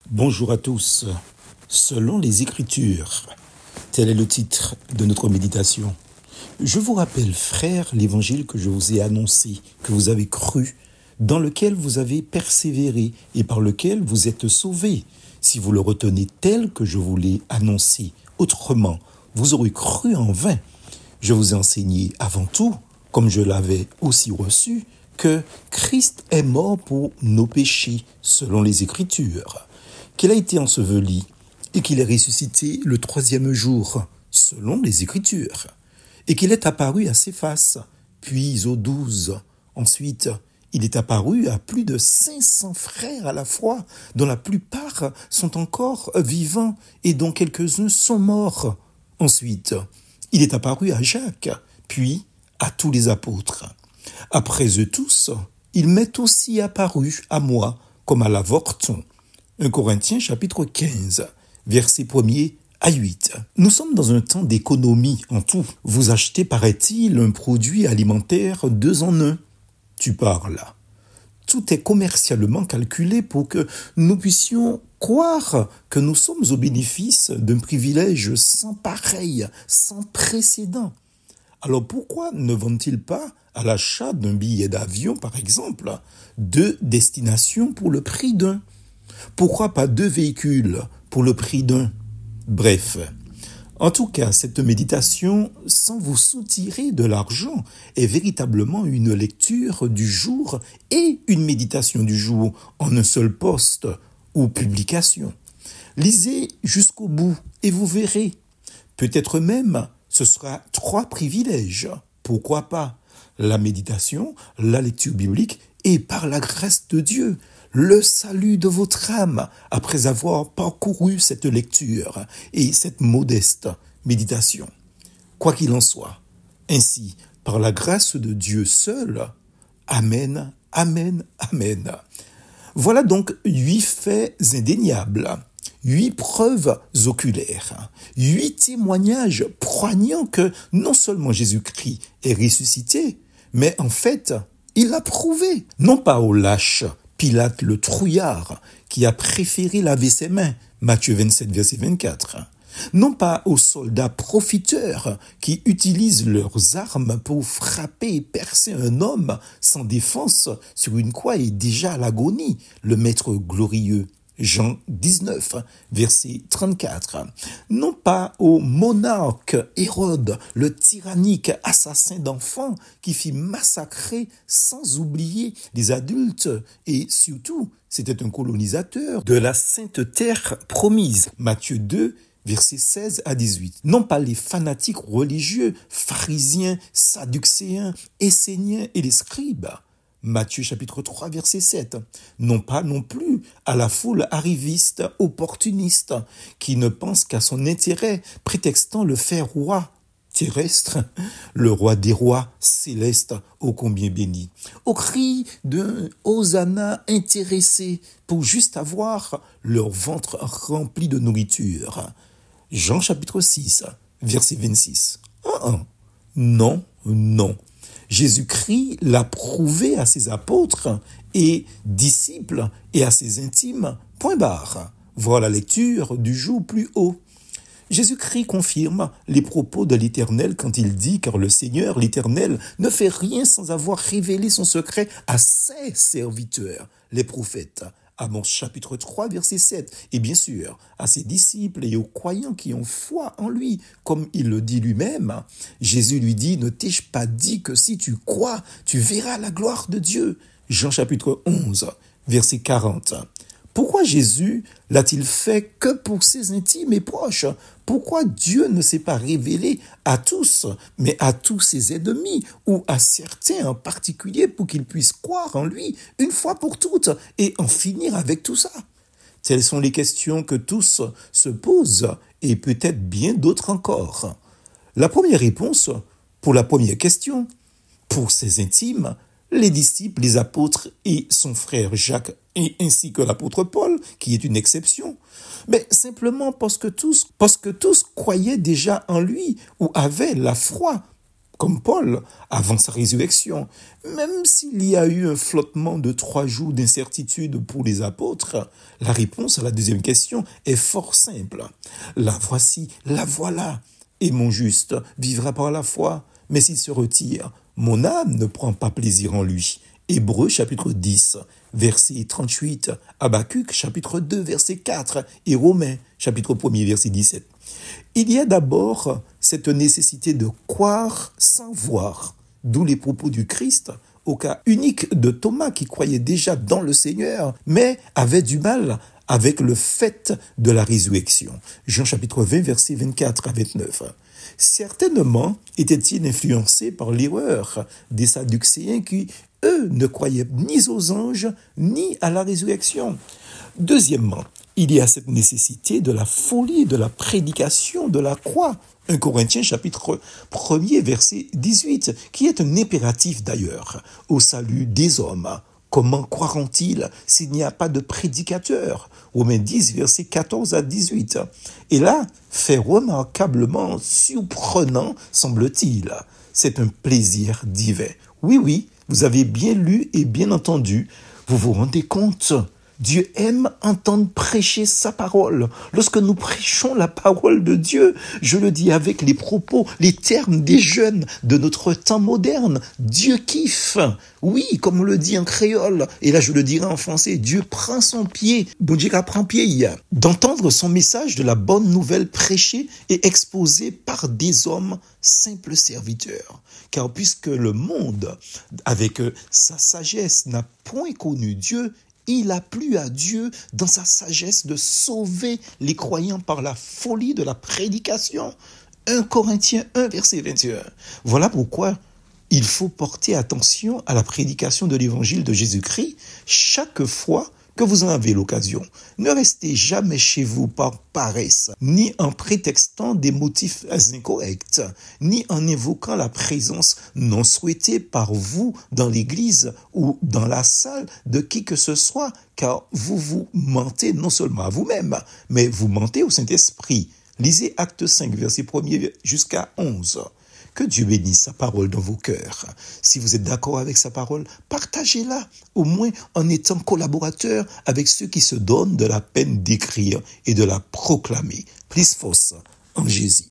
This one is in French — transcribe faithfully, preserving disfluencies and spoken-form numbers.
Bonjour à tous. Selon les Écritures, tel est le titre de notre méditation. Je vous rappelle, frères, l'évangile que je vous ai annoncé, que vous avez cru, dans lequel vous avez persévéré et par lequel vous êtes sauvés, si vous le retenez tel que je vous l'ai annoncé. Autrement, vous aurez cru en vain. Je vous ai enseigné avant tout, comme je l'avais aussi reçu, que Christ est mort pour nos péchés, selon les Écritures, qu'il a été enseveli et qu'il est ressuscité le troisième jour, selon les Écritures, et qu'il est apparu à Céphas, puis aux douze. Ensuite, il est apparu à plus de cinq cents frères à la fois, dont la plupart sont encore vivants et dont quelques-uns sont morts. Ensuite, il est apparu à Jacques, puis à tous les apôtres. Après eux tous, il m'est aussi apparu à moi, comme à l'avorton. un Corinthiens chapitre quinze, versets premier à huit. Nous sommes dans un temps d'économie en tout. Vous achetez, paraît-il, un produit alimentaire deux en un. Tu parles. Tout est commercialement calculé pour que nous puissions croire que nous sommes au bénéfice d'un privilège sans pareil, sans précédent. Alors pourquoi ne vendent-ils pas, à l'achat d'un billet d'avion par exemple, deux destinations pour le prix d'un ? Pourquoi pas deux véhicules pour le prix d'un ? Bref, en tout cas, cette méditation, sans vous soutirer de l'argent, est véritablement une lecture du jour et une méditation du jour en un seul poste ou publication. Lisez jusqu'au bout et vous verrez. Peut-être même, ce sera trois privilèges. Pourquoi pas ? La méditation, la lecture biblique et par la grâce de Dieu, le salut de votre âme après avoir parcouru cette lecture et cette modeste méditation. Quoi qu'il en soit, ainsi, par la grâce de Dieu seul, Amen, Amen, Amen. Voilà donc huit faits indéniables, huit preuves oculaires, huit témoignages poignants que non seulement Jésus-Christ est ressuscité, mais en fait, il l'a prouvé, non pas aux lâches, Pilate le trouillard, qui a préféré laver ses mains, Matthieu vingt-sept, verset vingt-quatre. Non pas aux soldats profiteurs qui utilisent leurs armes pour frapper et percer un homme sans défense sur une croix et déjà à l'agonie, le maître glorieux. Jean dix-neuf, verset trente-quatre. Non pas au monarque Hérode, le tyrannique assassin d'enfants qui fit massacrer sans oublier les adultes et surtout, c'était un colonisateur de la sainte terre promise. Matthieu deux, versets seize à dix-huit. Non pas les fanatiques religieux, pharisiens, sadducéens, esséniens et les scribes. Matthieu chapitre trois, verset sept. Non pas non plus à la foule arriviste, opportuniste, qui ne pense qu'à son intérêt, prétextant le faire roi terrestre, le roi des rois célestes, ô combien béni. Au cri d'un hosanna intéressé pour juste avoir leur ventre rempli de nourriture. Jean chapitre six, verset vingt-six. Ah, ah. Non, non. Jésus-Christ l'a prouvé à ses apôtres et disciples et à ses intimes. Point barre. Voir la lecture du jour plus haut. Jésus-Christ confirme les propos de l'Éternel quand il dit « Car le Seigneur, l'Éternel, ne fait rien sans avoir révélé son secret à ses serviteurs, les prophètes. » Amos chapitre trois, verset sept. Et bien sûr, à ses disciples et aux croyants qui ont foi en lui, comme il le dit lui-même, Jésus lui dit « Ne t'ai-je pas dit que si tu crois, tu verras la gloire de Dieu ?» Jean chapitre onze, verset quarante. Pourquoi Jésus l'a-t-il fait que pour ses intimes et proches ? Pourquoi Dieu ne s'est pas révélé à tous, mais à tous ses ennemis, ou à certains en particulier pour qu'ils puissent croire en lui une fois pour toutes et en finir avec tout ça ? Telles sont les questions que tous se posent, et peut-être bien d'autres encore. La première réponse, pour la première question, pour ses intimes, les disciples, les apôtres et son frère Jacques, et ainsi que l'apôtre Paul, qui est une exception. Mais simplement parce que tous, parce que tous croyaient déjà en lui ou avaient la foi comme Paul, avant sa résurrection. Même s'il y a eu un flottement de trois jours d'incertitude pour les apôtres, la réponse à la deuxième question est fort simple. La voici, la voilà. Et mon juste vivra par la foi, mais s'il se retire, mon âme ne prend pas plaisir en lui. Hébreux chapitre dix, verset trente-huit, Habacuc chapitre deux, verset quatre et Romains chapitre un, verset dix-sept. Il y a d'abord cette nécessité de croire sans voir, d'où les propos du Christ au cas unique de Thomas qui croyait déjà dans le Seigneur, mais avait du mal avec le fait de la résurrection. Jean chapitre vingt, verset vingt-quatre à vingt-neuf. Certainement était-il influencé par l'erreur des Sadducéens qui, eux, ne croyaient ni aux anges ni à la résurrection. Deuxièmement, il y a cette nécessité de la folie de la prédication de la croix. un Corinthiens chapitre un, verset dix-huit, qui est un impératif d'ailleurs au salut des hommes. Comment croiront-ils s'il n'y a pas de prédicateur? Romains dix, versets quatorze à dix-huit. Et là, fait remarquablement surprenant, semble-t-il. C'est un plaisir divin. Oui, oui, vous avez bien lu et bien entendu. Vous vous rendez compte? Dieu aime entendre prêcher sa parole. Lorsque nous prêchons la parole de Dieu, je le dis avec les propos, les termes des jeunes de notre temps moderne, Dieu kiffe. Oui, comme on le dit en créole, et là je le dirai en français, Dieu prend son pied, bon Dieu prend pied, d'entendre son message de la bonne nouvelle prêchée et exposée par des hommes simples serviteurs. Car puisque le monde, avec sa sagesse, n'a point connu Dieu, il a plu à Dieu, dans sa sagesse, de sauver les croyants par la folie de la prédication. un Corinthiens un, verset vingt et un. Voilà pourquoi il faut porter attention à la prédication de l'évangile de Jésus-Christ chaque fois que vous en avez l'occasion. Ne restez jamais chez vous par paresse, ni en prétextant des motifs incorrects, ni en évoquant la présence non souhaitée par vous dans l'église ou dans la salle de qui que ce soit, car vous vous mentez non seulement à vous-même, mais vous mentez au Saint-Esprit. Lisez Acte cinq, verset un jusqu'à onze. Que Dieu bénisse sa parole dans vos cœurs. Si vous êtes d'accord avec sa parole, partagez-la, au moins en étant collaborateur avec ceux qui se donnent de la peine d'écrire et de la proclamer. Plus force en Jésus.